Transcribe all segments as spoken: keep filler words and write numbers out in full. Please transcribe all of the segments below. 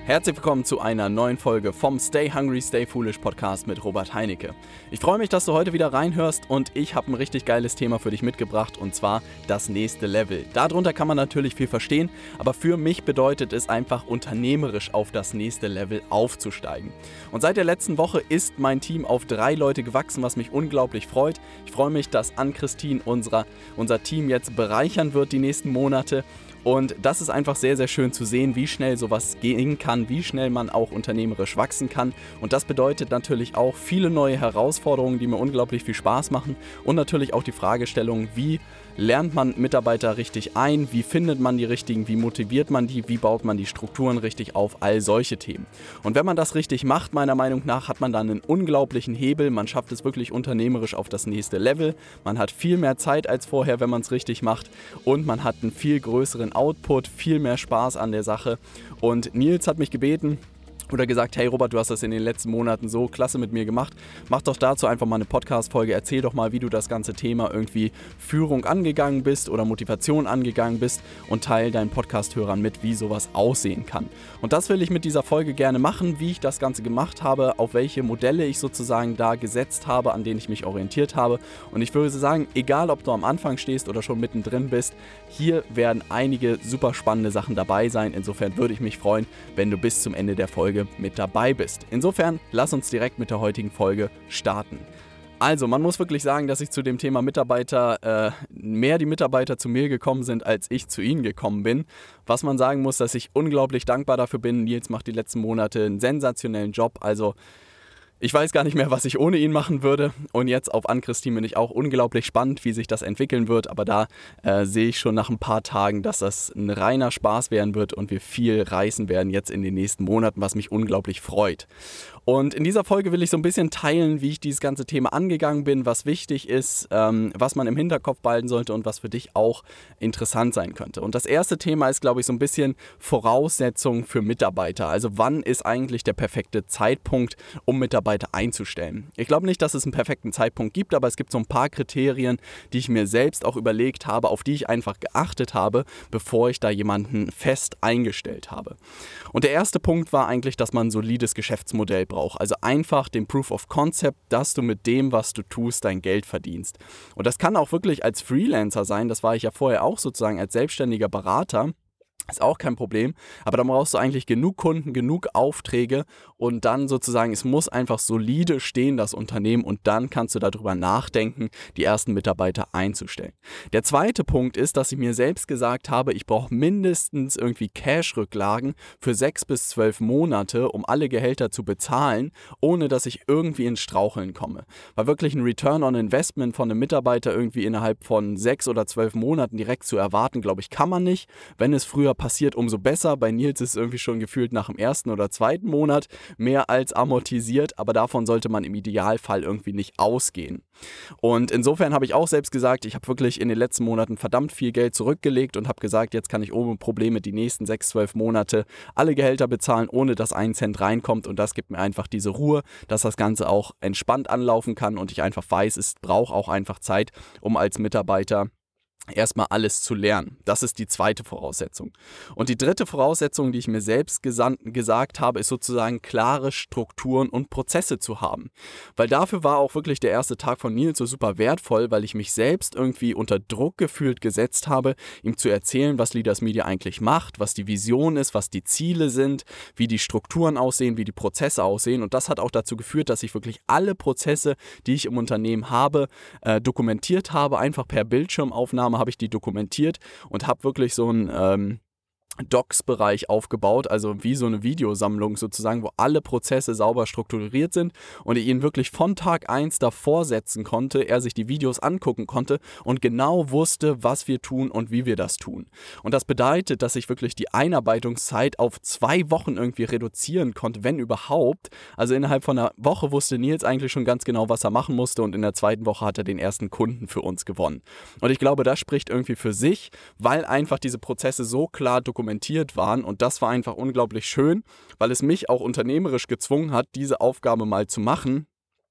Herzlich willkommen zu einer neuen Folge vom Stay Hungry, Stay Foolish Podcast mit Robert Heinecke. Ich freue mich, dass du heute wieder reinhörst und ich habe ein richtig geiles Thema für dich mitgebracht und zwar das nächste Level. Darunter kann man natürlich viel verstehen, aber für mich bedeutet es einfach unternehmerisch auf das nächste Level aufzusteigen. Und seit der letzten Woche ist mein Team auf drei Leute gewachsen, was mich unglaublich freut. Ich freue mich, dass Ann-Christine unser, unser Team jetzt bereichern wird die nächsten Monate. Und das ist einfach sehr, sehr schön zu sehen, wie schnell sowas gehen kann, wie schnell man auch unternehmerisch wachsen kann. Und das bedeutet natürlich auch viele neue Herausforderungen, die mir unglaublich viel Spaß machen. Und natürlich auch die Fragestellung, wie lernt man Mitarbeiter richtig ein, wie findet man die richtigen, wie motiviert man die, wie baut man die Strukturen richtig auf, all solche Themen. Und wenn man das richtig macht, meiner Meinung nach, hat man dann einen unglaublichen Hebel, man schafft es wirklich unternehmerisch auf das nächste Level, man hat viel mehr Zeit als vorher, wenn man es richtig macht und man hat einen viel größeren Output, viel mehr Spaß an der Sache. Und Nils hat mich gebeten, oder gesagt, hey Robert, du hast das in den letzten Monaten so klasse mit mir gemacht. Mach doch dazu einfach mal eine Podcast-Folge. Erzähl doch mal, wie du das ganze Thema irgendwie Führung angegangen bist oder Motivation angegangen bist und teile deinen Podcast-Hörern mit, wie sowas aussehen kann. Und das will ich mit dieser Folge gerne machen, wie ich das Ganze gemacht habe, auf welche Modelle ich sozusagen da gesetzt habe, an denen ich mich orientiert habe. Und ich würde sagen, egal ob du am Anfang stehst oder schon mittendrin bist, hier werden einige super spannende Sachen dabei sein. Insofern würde ich mich freuen, wenn du bis zum Ende der Folge mit dabei bist. Insofern, lass uns direkt mit der heutigen Folge starten. Also, man muss wirklich sagen, dass ich zu dem Thema Mitarbeiter, äh, mehr die Mitarbeiter zu mir gekommen sind, als ich zu ihnen gekommen bin. Was man sagen muss, dass ich unglaublich dankbar dafür bin. Nils macht die letzten Monate einen sensationellen Job, also ich weiß gar nicht mehr, was ich ohne ihn machen würde. Und jetzt auf Ann-Christine bin ich auch unglaublich spannend, wie sich das entwickeln wird. Aber da äh, sehe ich schon nach ein paar Tagen, dass das ein reiner Spaß werden wird und wir viel reißen werden jetzt in den nächsten Monaten, was mich unglaublich freut. Und in dieser Folge will ich so ein bisschen teilen, wie ich dieses ganze Thema angegangen bin, was wichtig ist, ähm, was man im Hinterkopf behalten sollte und was für dich auch interessant sein könnte. Und das erste Thema ist, glaube ich, so ein bisschen Voraussetzungen für Mitarbeiter. Also wann ist eigentlich der perfekte Zeitpunkt, um Mitarbeiter einzustellen? Ich glaube nicht, dass es einen perfekten Zeitpunkt gibt, aber es gibt so ein paar Kriterien, die ich mir selbst auch überlegt habe, auf die ich einfach geachtet habe, bevor ich da jemanden fest eingestellt habe. Und der erste Punkt war eigentlich, dass man ein solides Geschäftsmodell braucht. Also einfach den Proof of Concept, dass du mit dem, was du tust, dein Geld verdienst. Und das kann auch wirklich als Freelancer sein, das war ich ja vorher auch sozusagen als selbstständiger Berater. Ist auch kein Problem, aber dann brauchst du eigentlich genug Kunden, genug Aufträge und dann sozusagen, es muss einfach solide stehen, das Unternehmen, und dann kannst du darüber nachdenken, die ersten Mitarbeiter einzustellen. Der zweite Punkt ist, dass ich mir selbst gesagt habe, ich brauche mindestens irgendwie Cash-Rücklagen für sechs bis zwölf Monate, um alle Gehälter zu bezahlen, ohne dass ich irgendwie ins Straucheln komme. Weil wirklich ein Return on Investment von einem Mitarbeiter irgendwie innerhalb von sechs oder zwölf Monaten direkt zu erwarten, glaube ich, kann man nicht. Wenn es früher passiert, umso besser. Bei Nils ist es irgendwie schon gefühlt nach dem ersten oder zweiten Monat mehr als amortisiert, aber davon sollte man im Idealfall irgendwie nicht ausgehen. Und insofern habe ich auch selbst gesagt, ich habe wirklich in den letzten Monaten verdammt viel Geld zurückgelegt und habe gesagt, jetzt kann ich ohne Probleme die nächsten sechs, zwölf Monate alle Gehälter bezahlen, ohne dass ein Cent reinkommt, und das gibt mir einfach diese Ruhe, dass das Ganze auch entspannt anlaufen kann und ich einfach weiß, es braucht auch einfach Zeit, um als Mitarbeiter erstmal alles zu lernen. Das ist die zweite Voraussetzung. Und die dritte Voraussetzung, die ich mir selbst gesan- gesagt habe, ist sozusagen klare Strukturen und Prozesse zu haben. Weil dafür war auch wirklich der erste Tag von Nils so super wertvoll, weil ich mich selbst irgendwie unter Druck gefühlt gesetzt habe, ihm zu erzählen, was Leaders Media eigentlich macht, was die Vision ist, was die Ziele sind, wie die Strukturen aussehen, wie die Prozesse aussehen. Und das hat auch dazu geführt, dass ich wirklich alle Prozesse, die ich im Unternehmen habe, äh, dokumentiert habe, einfach per Bildschirmaufnahme habe ich die dokumentiert und habe wirklich so ein ähm, Docs-Bereich aufgebaut, also wie so eine Videosammlung sozusagen, wo alle Prozesse sauber strukturiert sind und ich ihn wirklich von Tag eins davor setzen konnte, er sich die Videos angucken konnte und genau wusste, was wir tun und wie wir das tun. Und das bedeutet, dass ich wirklich die Einarbeitungszeit auf zwei Wochen irgendwie reduzieren konnte, wenn überhaupt. Also innerhalb von einer Woche wusste Nils eigentlich schon ganz genau, was er machen musste, und in der zweiten Woche hat er den ersten Kunden für uns gewonnen. Und ich glaube, das spricht irgendwie für sich, weil einfach diese Prozesse so klar dokumentiert waren, und das war einfach unglaublich schön, weil es mich auch unternehmerisch gezwungen hat, diese Aufgabe mal zu machen.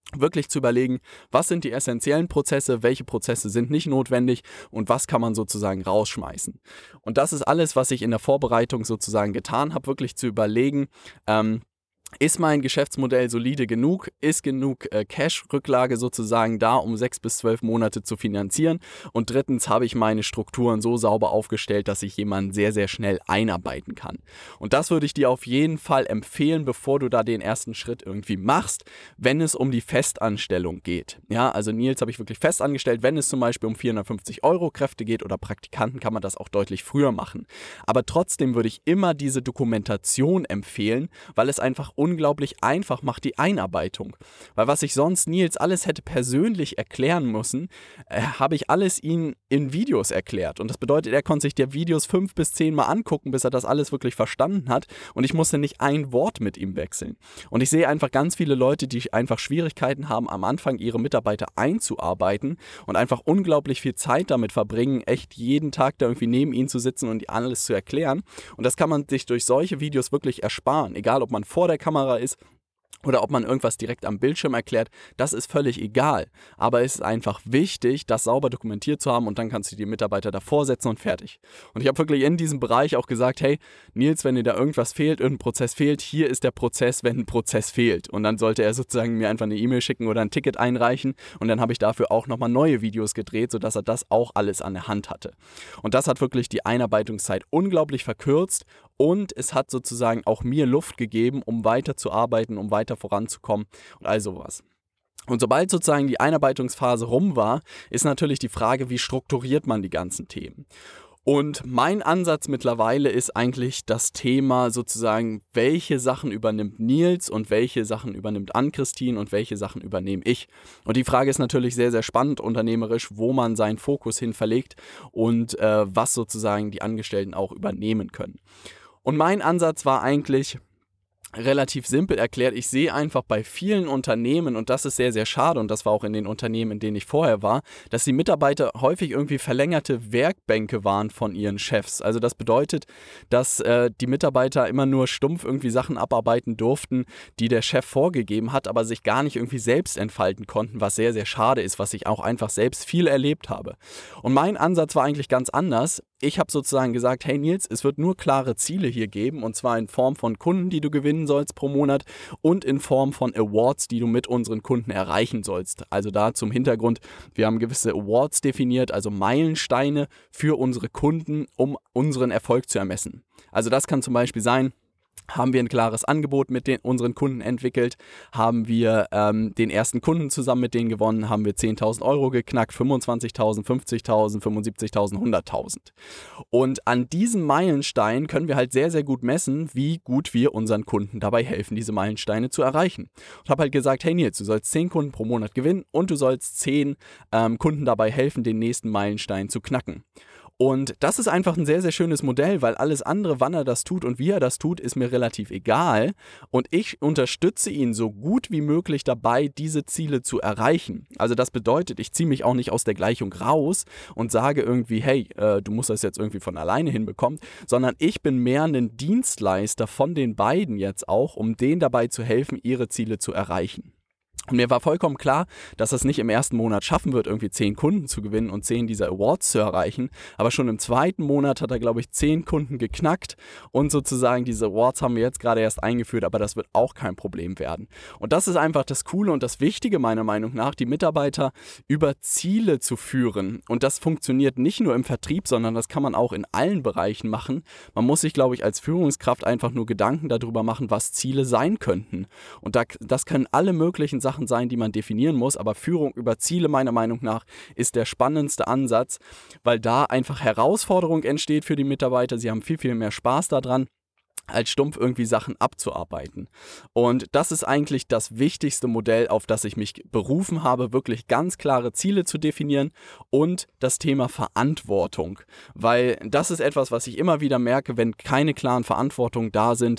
wirklich zu überlegen, was sind die essentiellen Prozesse, welche Prozesse sind nicht notwendig und was kann man sozusagen rausschmeißen. Und das ist alles, was ich in der Vorbereitung sozusagen getan habe, wirklich zu überlegen, ähm, ist mein Geschäftsmodell solide genug? Ist genug äh, Cash-Rücklage sozusagen da, um sechs bis zwölf Monate zu finanzieren? Und drittens, habe ich meine Strukturen so sauber aufgestellt, dass ich jemanden sehr, sehr schnell einarbeiten kann. Und das würde ich dir auf jeden Fall empfehlen, bevor du da den ersten Schritt irgendwie machst, wenn es um die Festanstellung geht. Ja, also Nils habe ich wirklich fest angestellt. Wenn es zum Beispiel um vierhundertfünfzig Euro Kräfte geht oder Praktikanten, kann man das auch deutlich früher machen. Aber trotzdem würde ich immer diese Dokumentation empfehlen, weil es einfach unglaublich einfach macht, die Einarbeitung. Weil was ich sonst Nils alles hätte persönlich erklären müssen, äh, habe ich alles ihm in Videos erklärt. Und das bedeutet, er konnte sich die Videos fünf bis zehn Mal angucken, bis er das alles wirklich verstanden hat. Und ich musste nicht ein Wort mit ihm wechseln. Und ich sehe einfach ganz viele Leute, die einfach Schwierigkeiten haben, am Anfang ihre Mitarbeiter einzuarbeiten und einfach unglaublich viel Zeit damit verbringen, echt jeden Tag da irgendwie neben ihnen zu sitzen und alles zu erklären. Und das kann man sich durch solche Videos wirklich ersparen. Egal, ob man vor der Kamera ist oder ob man irgendwas direkt am Bildschirm erklärt, das ist völlig egal. Aber es ist einfach wichtig, das sauber dokumentiert zu haben und dann kannst du die Mitarbeiter davor setzen und fertig. Und ich habe wirklich in diesem Bereich auch gesagt, hey, Nils, wenn dir da irgendwas fehlt, irgendein Prozess fehlt, hier ist der Prozess, wenn ein Prozess fehlt. Und dann sollte er sozusagen mir einfach eine E-Mail schicken oder ein Ticket einreichen und dann habe ich dafür auch nochmal neue Videos gedreht, sodass er das auch alles an der Hand hatte. Und das hat wirklich die Einarbeitungszeit unglaublich verkürzt und es hat sozusagen auch mir Luft gegeben, um weiterzuarbeiten, um weiter voranzukommen und all sowas. Und sobald sozusagen die Einarbeitungsphase rum war, ist natürlich die Frage, wie strukturiert man die ganzen Themen? Und mein Ansatz mittlerweile ist eigentlich das Thema sozusagen, welche Sachen übernimmt Nils und welche Sachen übernimmt Ann-Christine und welche Sachen übernehme ich. Und die Frage ist natürlich sehr, sehr spannend unternehmerisch, wo man seinen Fokus hin verlegt und äh, was sozusagen die Angestellten auch übernehmen können. Und mein Ansatz war eigentlich relativ simpel erklärt. Ich sehe einfach bei vielen Unternehmen, und das ist sehr, sehr schade, und das war auch in den Unternehmen, in denen ich vorher war, dass die Mitarbeiter häufig irgendwie verlängerte Werkbänke waren von ihren Chefs. Also das bedeutet, dass äh, die Mitarbeiter immer nur stumpf irgendwie Sachen abarbeiten durften, die der Chef vorgegeben hat, aber sich gar nicht irgendwie selbst entfalten konnten, was sehr, sehr schade ist, was ich auch einfach selbst viel erlebt habe. Und mein Ansatz war eigentlich ganz anders. Ich habe sozusagen gesagt, hey Nils, es wird nur klare Ziele hier geben, und zwar in Form von Kunden, die du gewinnen sollst pro Monat und in Form von Awards, die du mit unseren Kunden erreichen sollst. Also da zum Hintergrund, wir haben gewisse Awards definiert, also Meilensteine für unsere Kunden, um unseren Erfolg zu ermessen. Also das kann zum Beispiel sein, haben wir ein klares Angebot mit den, unseren Kunden entwickelt, haben wir ähm, den ersten Kunden zusammen mit denen gewonnen, haben wir zehntausend Euro geknackt, fünfundzwanzigtausend, fünfzigtausend, fünfundsiebzigtausend, hunderttausend. Und an diesem Meilenstein können wir halt sehr, sehr gut messen, wie gut wir unseren Kunden dabei helfen, diese Meilensteine zu erreichen. Und habe halt gesagt, hey Nils, du sollst zehn Kunden pro Monat gewinnen und du sollst zehn ähm, Kunden dabei helfen, den nächsten Meilenstein zu knacken. Und das ist einfach ein sehr, sehr schönes Modell, weil alles andere, wann er das tut und wie er das tut, ist mir relativ egal. Und ich unterstütze ihn so gut wie möglich dabei, diese Ziele zu erreichen. Also das bedeutet, ich ziehe mich auch nicht aus der Gleichung raus und sage irgendwie, hey, äh, du musst das jetzt irgendwie von alleine hinbekommen, sondern ich bin mehr ein Dienstleister von den beiden jetzt auch, um denen dabei zu helfen, ihre Ziele zu erreichen. Und mir war vollkommen klar, dass es nicht im ersten Monat schaffen wird, irgendwie zehn Kunden zu gewinnen und zehn dieser Awards zu erreichen. Aber schon im zweiten Monat hat er, glaube ich, zehn Kunden geknackt. Und sozusagen diese Awards haben wir jetzt gerade erst eingeführt, aber das wird auch kein Problem werden. Und das ist einfach das Coole und das Wichtige meiner Meinung nach, die Mitarbeiter über Ziele zu führen. Und das funktioniert nicht nur im Vertrieb, sondern das kann man auch in allen Bereichen machen. Man muss sich, glaube ich, als Führungskraft einfach nur Gedanken darüber machen, was Ziele sein könnten. Und da, das können alle möglichen Sachen sein, die man definieren muss, aber Führung über Ziele meiner Meinung nach ist der spannendste Ansatz, weil da einfach Herausforderung entsteht für die Mitarbeiter. Sie haben viel, viel mehr Spaß daran, als stumpf irgendwie Sachen abzuarbeiten. Und das ist eigentlich das wichtigste Modell, auf das ich mich berufen habe, wirklich ganz klare Ziele zu definieren und das Thema Verantwortung. Weil das ist etwas, was ich immer wieder merke, wenn keine klaren Verantwortungen da sind,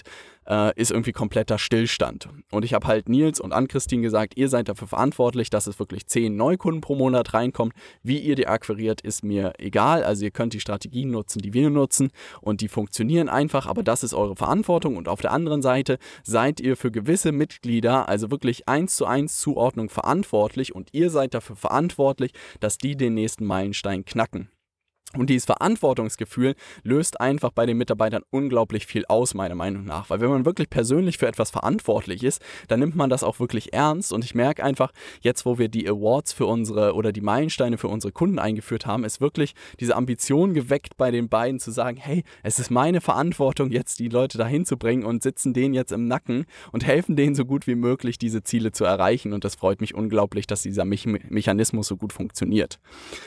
äh, ist irgendwie kompletter Stillstand. Und ich habe halt Nils und Ann-Christine gesagt, ihr seid dafür verantwortlich, dass es wirklich zehn Neukunden pro Monat reinkommt. Wie ihr die akquiriert, ist mir egal. Also ihr könnt die Strategien nutzen, die wir nutzen und die funktionieren einfach, aber das ist eure Verantwortung. Und auf der anderen Seite seid ihr für gewisse Mitglieder, also wirklich eins zu eins Zuordnung verantwortlich und ihr seid dafür verantwortlich, dass die den nächsten Meilenstein knacken. Und dieses Verantwortungsgefühl löst einfach bei den Mitarbeitern unglaublich viel aus, meiner Meinung nach. Weil wenn man wirklich persönlich für etwas verantwortlich ist, dann nimmt man das auch wirklich ernst. Und ich merke einfach, jetzt wo wir die Awards für unsere oder die Meilensteine für unsere Kunden eingeführt haben, ist wirklich diese Ambition geweckt bei den beiden zu sagen, hey, es ist meine Verantwortung, jetzt die Leute dahin zu bringen und sitzen denen jetzt im Nacken und helfen denen so gut wie möglich, diese Ziele zu erreichen. Und das freut mich unglaublich, dass dieser Me- Mechanismus so gut funktioniert.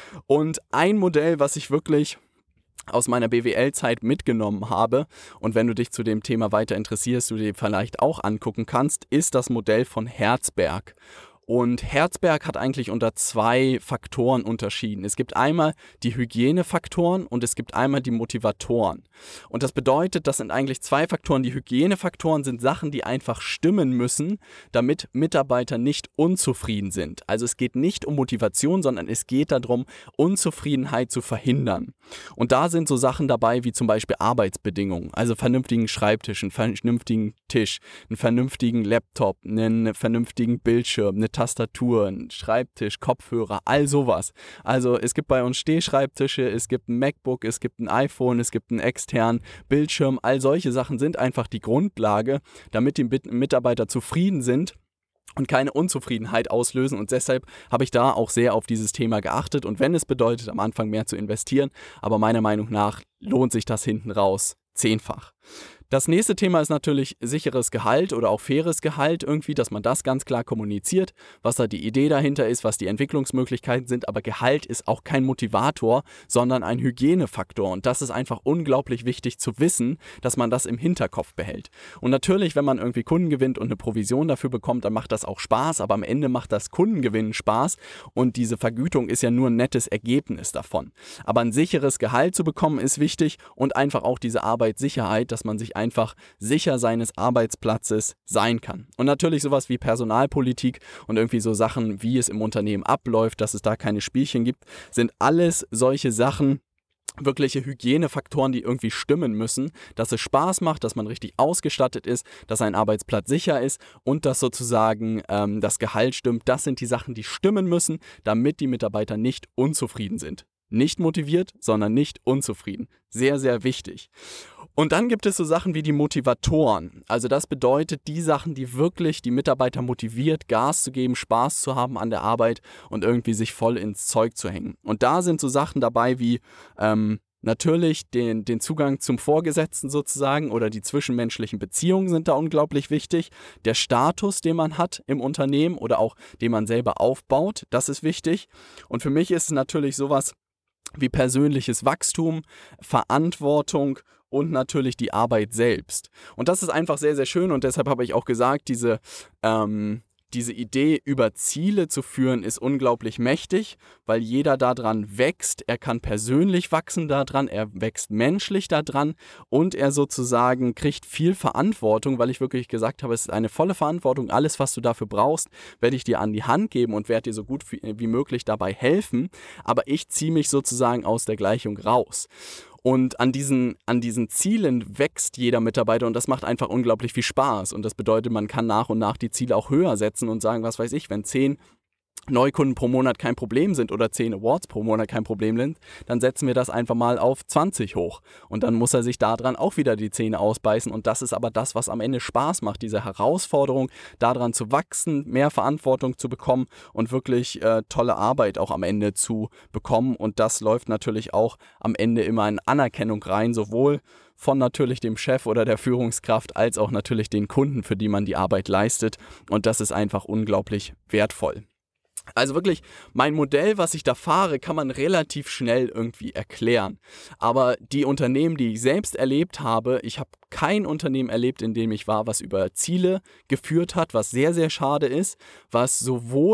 Und ein Modell, was ich wirklich aus meiner B W L-Zeit mitgenommen habe und wenn du dich zu dem Thema weiter interessierst, du dir vielleicht auch angucken kannst, ist das Modell von Herzberg. Und Herzberg hat eigentlich unter zwei Faktoren unterschieden. Es gibt einmal die Hygienefaktoren und es gibt einmal die Motivatoren. Und das bedeutet, das sind eigentlich zwei Faktoren. Die Hygienefaktoren sind Sachen, die einfach stimmen müssen, damit Mitarbeiter nicht unzufrieden sind. Also es geht nicht um Motivation, sondern es geht darum, Unzufriedenheit zu verhindern. Und da sind so Sachen dabei wie zum Beispiel Arbeitsbedingungen, also vernünftigen Schreibtisch, einen vernünftigen Tisch, einen vernünftigen Laptop, einen vernünftigen Bildschirm, eine Tastatur, ein Schreibtisch, Kopfhörer, all sowas. Also es gibt bei uns Stehschreibtische, es gibt ein MacBook, es gibt ein iPhone, es gibt einen externen Bildschirm. All solche Sachen sind einfach die Grundlage, damit die Mitarbeiter zufrieden sind und keine Unzufriedenheit auslösen. Und deshalb habe ich da auch sehr auf dieses Thema geachtet. Und wenn es bedeutet, am Anfang mehr zu investieren, aber meiner Meinung nach lohnt sich das hinten raus zehnfach. Das nächste Thema ist natürlich sicheres Gehalt oder auch faires Gehalt irgendwie, dass man das ganz klar kommuniziert, was da die Idee dahinter ist, was die Entwicklungsmöglichkeiten sind. Aber Gehalt ist auch kein Motivator, sondern ein Hygienefaktor. Und das ist einfach unglaublich wichtig zu wissen, dass man das im Hinterkopf behält. Und natürlich, wenn man irgendwie Kunden gewinnt und eine Provision dafür bekommt, dann macht das auch Spaß. Aber am Ende macht das Kundengewinnen Spaß. Und diese Vergütung ist ja nur ein nettes Ergebnis davon. Aber ein sicheres Gehalt zu bekommen ist wichtig und einfach auch diese Arbeitssicherheit, dass man sich einfach sicher seines Arbeitsplatzes sein kann. Und natürlich sowas wie Personalpolitik und irgendwie so Sachen, wie es im Unternehmen abläuft, dass es da keine Spielchen gibt, sind alles solche Sachen, wirkliche Hygienefaktoren, die irgendwie stimmen müssen, dass es Spaß macht, dass man richtig ausgestattet ist, dass ein Arbeitsplatz sicher ist und dass sozusagen ähm, das Gehalt stimmt. Das sind die Sachen, die stimmen müssen, damit die Mitarbeiter nicht unzufrieden sind. Nicht motiviert, sondern nicht unzufrieden. Sehr, sehr wichtig. Und dann gibt es so Sachen wie die Motivatoren. Also das bedeutet die Sachen, die wirklich die Mitarbeiter motiviert, Gas zu geben, Spaß zu haben an der Arbeit und irgendwie sich voll ins Zeug zu hängen. Und da sind so Sachen dabei wie ähm, natürlich den, den Zugang zum Vorgesetzten sozusagen oder die zwischenmenschlichen Beziehungen sind da unglaublich wichtig. Der Status, den man hat im Unternehmen oder auch den man selber aufbaut, das ist wichtig. Und für mich ist es natürlich sowas wie persönliches Wachstum, Verantwortung und natürlich die Arbeit selbst. Und das ist einfach sehr, sehr schön und deshalb habe ich auch gesagt, diese, ähm, diese Idee über Ziele zu führen ist unglaublich mächtig, weil jeder daran wächst, er kann persönlich wachsen daran, er wächst menschlich daran und er sozusagen kriegt viel Verantwortung, weil ich wirklich gesagt habe, es ist eine volle Verantwortung, alles was du dafür brauchst, werde ich dir an die Hand geben und werde dir so gut wie, wie möglich dabei helfen, aber ich ziehe mich sozusagen aus der Gleichung raus. Und an diesen, an diesen Zielen wächst jeder Mitarbeiter und das macht einfach unglaublich viel Spaß. Und das bedeutet, man kann nach und nach die Ziele auch höher setzen und sagen, was weiß ich, wenn zehn Neukunden pro Monat kein Problem sind oder zehn Awards pro Monat kein Problem sind, dann setzen wir das einfach mal auf zwanzig hoch. Und dann muss er sich daran auch wieder die Zähne ausbeißen. Und das ist aber das, was am Ende Spaß macht, diese Herausforderung, daran zu wachsen, mehr Verantwortung zu bekommen und wirklich äh, tolle Arbeit auch am Ende zu bekommen. Und das läuft natürlich auch am Ende immer in Anerkennung rein, sowohl von natürlich dem Chef oder der Führungskraft als auch natürlich den Kunden, für die man die Arbeit leistet. Und das ist einfach unglaublich wertvoll. Also wirklich, mein Modell, was ich da fahre, kann man relativ schnell irgendwie erklären. Aber die Unternehmen, die ich selbst erlebt habe, ich habe kein Unternehmen erlebt, in dem ich war, was über Ziele geführt hat, was sehr, sehr schade ist, was sowohl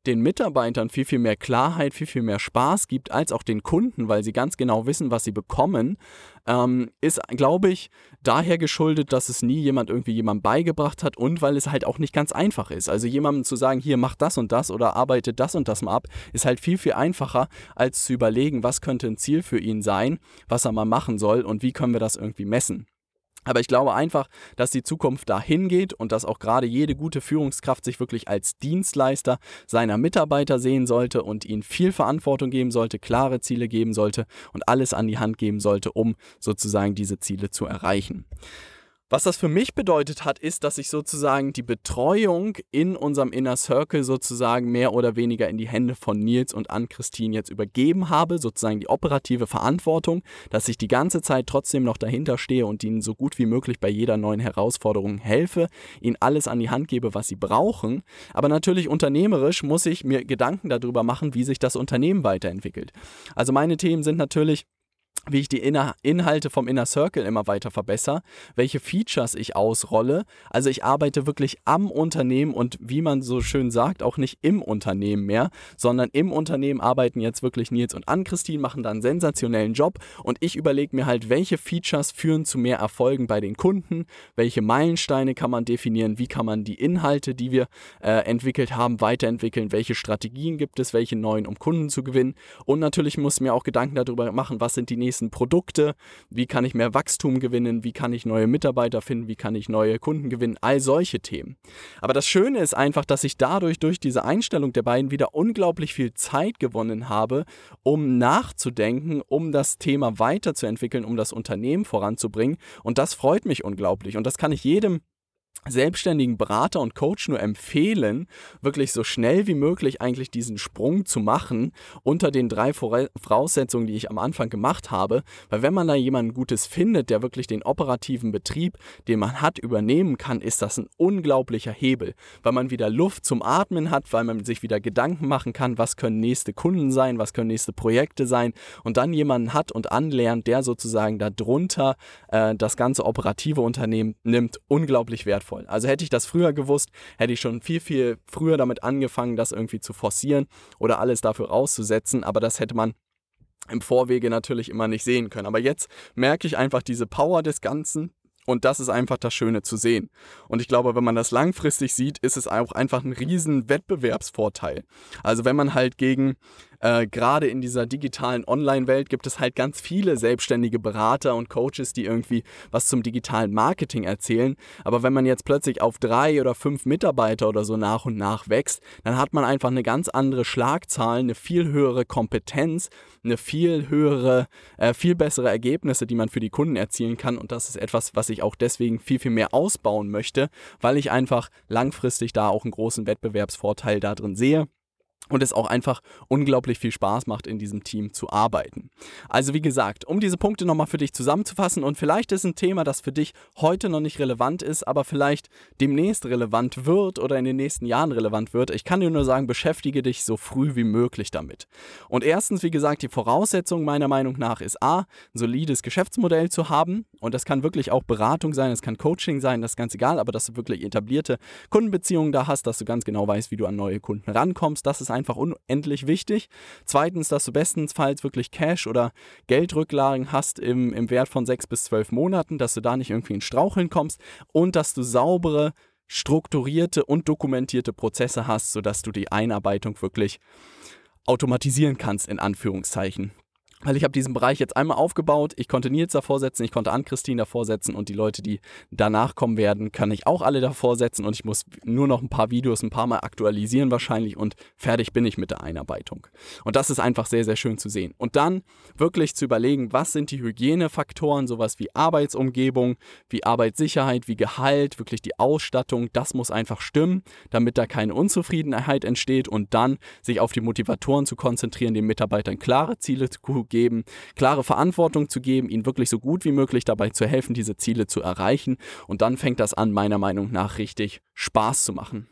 den Mitarbeitern viel, viel mehr Klarheit, viel, viel mehr Spaß gibt, als auch den Kunden, weil sie ganz genau wissen, was sie bekommen, ähm, ist, glaube ich, daher geschuldet, dass es nie jemand irgendwie jemandem beigebracht hat und weil es halt auch nicht ganz einfach ist. Also jemandem zu sagen, hier, mach das und das oder arbeite das und das mal ab, ist halt viel, viel einfacher, als zu überlegen, was könnte ein Ziel für ihn sein, was er mal machen soll und wie können wir das irgendwie messen. Aber ich glaube einfach, dass die Zukunft dahin geht und dass auch gerade jede gute Führungskraft sich wirklich als Dienstleister seiner Mitarbeiter sehen sollte und ihnen viel Verantwortung geben sollte, klare Ziele geben sollte und alles an die Hand geben sollte, um sozusagen diese Ziele zu erreichen. Was das für mich bedeutet hat, ist, dass ich sozusagen die Betreuung in unserem Inner Circle sozusagen mehr oder weniger in die Hände von Nils und Ann-Christine jetzt übergeben habe, sozusagen die operative Verantwortung, dass ich die ganze Zeit trotzdem noch dahinter stehe und ihnen so gut wie möglich bei jeder neuen Herausforderung helfe, ihnen alles an die Hand gebe, was sie brauchen. Aber natürlich unternehmerisch muss ich mir Gedanken darüber machen, wie sich das Unternehmen weiterentwickelt. Also meine Themen sind natürlich, wie ich die Inner- Inhalte vom Inner Circle immer weiter verbessere, welche Features ich ausrolle. Also ich arbeite wirklich am Unternehmen und wie man so schön sagt, auch nicht im Unternehmen mehr, sondern im Unternehmen arbeiten jetzt wirklich Nils und Ann-Christine, machen da einen sensationellen Job und ich überlege mir halt, welche Features führen zu mehr Erfolgen bei den Kunden, welche Meilensteine kann man definieren, wie kann man die Inhalte, die wir äh, entwickelt haben, weiterentwickeln, welche Strategien gibt es, welche neuen, um Kunden zu gewinnen und natürlich muss ich mir auch Gedanken darüber machen, was sind die nächsten Produkte, wie kann ich mehr Wachstum gewinnen, wie kann ich neue Mitarbeiter finden, wie kann ich neue Kunden gewinnen, all solche Themen. Aber das Schöne ist einfach, dass ich dadurch, durch diese Einstellung der beiden wieder unglaublich viel Zeit gewonnen habe, um nachzudenken, um das Thema weiterzuentwickeln, um das Unternehmen voranzubringen und das freut mich unglaublich und das kann ich jedem selbstständigen Berater und Coach nur empfehlen, wirklich so schnell wie möglich eigentlich diesen Sprung zu machen unter den drei Voraussetzungen, die ich am Anfang gemacht habe, weil wenn man da jemanden Gutes findet, der wirklich den operativen Betrieb, den man hat, übernehmen kann, ist das ein unglaublicher Hebel, weil man wieder Luft zum Atmen hat, weil man sich wieder Gedanken machen kann, was können nächste Kunden sein, was können nächste Projekte sein und dann jemanden hat und anlernt, der sozusagen darunter äh, das ganze operative Unternehmen nimmt, unglaublich wertvoll. Also hätte ich das früher gewusst, hätte ich schon viel, viel früher damit angefangen, das irgendwie zu forcieren oder alles dafür rauszusetzen, aber das hätte man im Vorwege natürlich immer nicht sehen können. Aber jetzt merke ich einfach diese Power des Ganzen und das ist einfach das Schöne zu sehen. Und ich glaube, wenn man das langfristig sieht, ist es auch einfach ein riesen Wettbewerbsvorteil. Also wenn man halt gegen Äh, gerade in dieser digitalen Online-Welt gibt es halt ganz viele selbstständige Berater und Coaches, die irgendwie was zum digitalen Marketing erzählen. Aber wenn man jetzt plötzlich auf drei oder fünf Mitarbeiter oder so nach und nach wächst, dann hat man einfach eine ganz andere Schlagzahl, eine viel höhere Kompetenz, eine viel höhere, äh, viel bessere Ergebnisse, die man für die Kunden erzielen kann. Und das ist etwas, was ich auch deswegen viel, viel mehr ausbauen möchte, weil ich einfach langfristig da auch einen großen Wettbewerbsvorteil da drin sehe. Und es auch einfach unglaublich viel Spaß macht, in diesem Team zu arbeiten. Also wie gesagt, um diese Punkte nochmal für dich zusammenzufassen und vielleicht ist ein Thema, das für dich heute noch nicht relevant ist, aber vielleicht demnächst relevant wird oder in den nächsten Jahren relevant wird. Ich kann dir nur sagen, beschäftige dich so früh wie möglich damit. Und erstens, wie gesagt, die Voraussetzung meiner Meinung nach ist A, ein solides Geschäftsmodell zu haben und das kann wirklich auch Beratung sein, es kann Coaching sein, das ist ganz egal, aber dass du wirklich etablierte Kundenbeziehungen da hast, dass du ganz genau weißt, wie du an neue Kunden rankommst, das ist einfach unendlich wichtig. Zweitens, dass du bestenfalls wirklich Cash oder Geldrücklagen hast im, im Wert von sechs bis zwölf Monaten, dass du da nicht irgendwie in Straucheln kommst und dass du saubere, strukturierte und dokumentierte Prozesse hast, sodass du die Einarbeitung wirklich automatisieren kannst, in Anführungszeichen. Weil ich habe diesen Bereich jetzt einmal aufgebaut, ich konnte Nils davor setzen, ich konnte Ann-Christine davor setzen und die Leute, die danach kommen werden, kann ich auch alle davor setzen und ich muss nur noch ein paar Videos ein paar Mal aktualisieren wahrscheinlich und fertig bin ich mit der Einarbeitung. Und das ist einfach sehr, sehr schön zu sehen. Und dann wirklich zu überlegen, was sind die Hygienefaktoren, sowas wie Arbeitsumgebung, wie Arbeitssicherheit, wie Gehalt, wirklich die Ausstattung, das muss einfach stimmen, damit da keine Unzufriedenheit entsteht und dann sich auf die Motivatoren zu konzentrieren, den Mitarbeitern klare Ziele zu geben, klare Verantwortung zu geben, ihnen wirklich so gut wie möglich dabei zu helfen, diese Ziele zu erreichen und dann fängt das an, meiner Meinung nach richtig Spaß zu machen.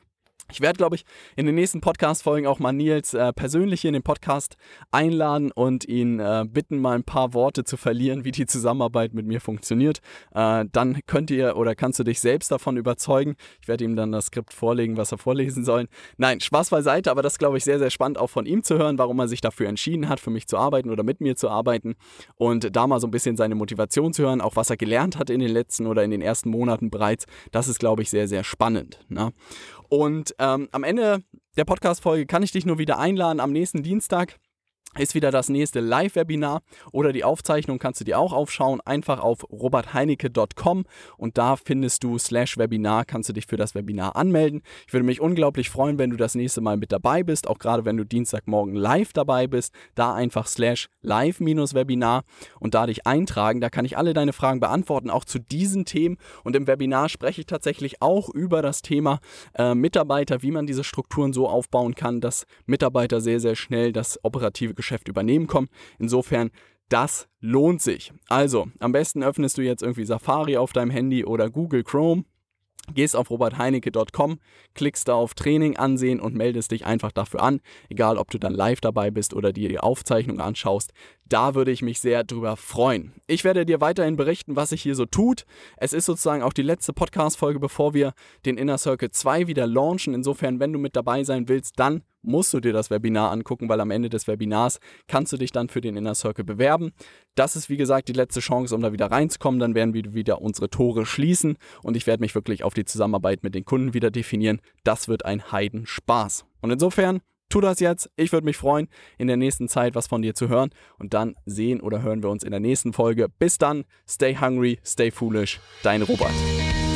Ich werde, glaube ich, in den nächsten Podcast-Folgen auch mal Nils äh, persönlich hier in den Podcast einladen und ihn äh, bitten, mal ein paar Worte zu verlieren, wie die Zusammenarbeit mit mir funktioniert. Äh, dann könnt ihr oder kannst du dich selbst davon überzeugen. Ich werde ihm dann das Skript vorlegen, was er vorlesen soll. Nein, Spaß beiseite, aber das ist, glaube ich, sehr, sehr spannend auch von ihm zu hören, warum er sich dafür entschieden hat, für mich zu arbeiten oder mit mir zu arbeiten und da mal so ein bisschen seine Motivation zu hören, auch was er gelernt hat in den letzten oder in den ersten Monaten bereits. Das ist, glaube ich, sehr, sehr spannend, ne? Und ähm, am Ende der Podcast-Folge kann ich dich nur wieder einladen. Am nächsten Dienstag ist wieder das nächste Live-Webinar oder die Aufzeichnung kannst du dir auch aufschauen. Einfach auf robert heinecke punkt com und da findest du slash Webinar, kannst du dich für das Webinar anmelden. Ich würde mich unglaublich freuen, wenn du das nächste Mal mit dabei bist, auch gerade wenn du Dienstagmorgen live dabei bist. Da einfach slash live-Webinar und da dich eintragen. Da kann ich alle deine Fragen beantworten, auch zu diesen Themen. Und im Webinar spreche ich tatsächlich auch über das Thema äh, Mitarbeiter, wie man diese Strukturen so aufbauen kann, dass Mitarbeiter sehr, sehr schnell das operative Geschäft übernehmen kommen. Insofern, das lohnt sich. Also, am besten öffnest du jetzt irgendwie Safari auf deinem Handy oder Google Chrome, gehst auf robert heinecke punkt com, klickst da auf Training ansehen und meldest dich einfach dafür an. Egal, ob du dann live dabei bist oder dir die Aufzeichnung anschaust. Da würde ich mich sehr drüber freuen. Ich werde dir weiterhin berichten, was sich hier so tut. Es ist sozusagen auch die letzte Podcast-Folge, bevor wir den Inner Circle zwei wieder launchen. Insofern, wenn du mit dabei sein willst, dann musst du dir das Webinar angucken, weil am Ende des Webinars kannst du dich dann für den Inner Circle bewerben. Das ist, wie gesagt, die letzte Chance, um da wieder reinzukommen. Dann werden wir wieder unsere Tore schließen und ich werde mich wirklich auf die Zusammenarbeit mit den Kunden wieder definieren. Das wird ein Heidenspaß. Und insofern, tu das jetzt. Ich würde mich freuen, in der nächsten Zeit was von dir zu hören und dann sehen oder hören wir uns in der nächsten Folge. Bis dann, stay hungry, stay foolish, dein Robert.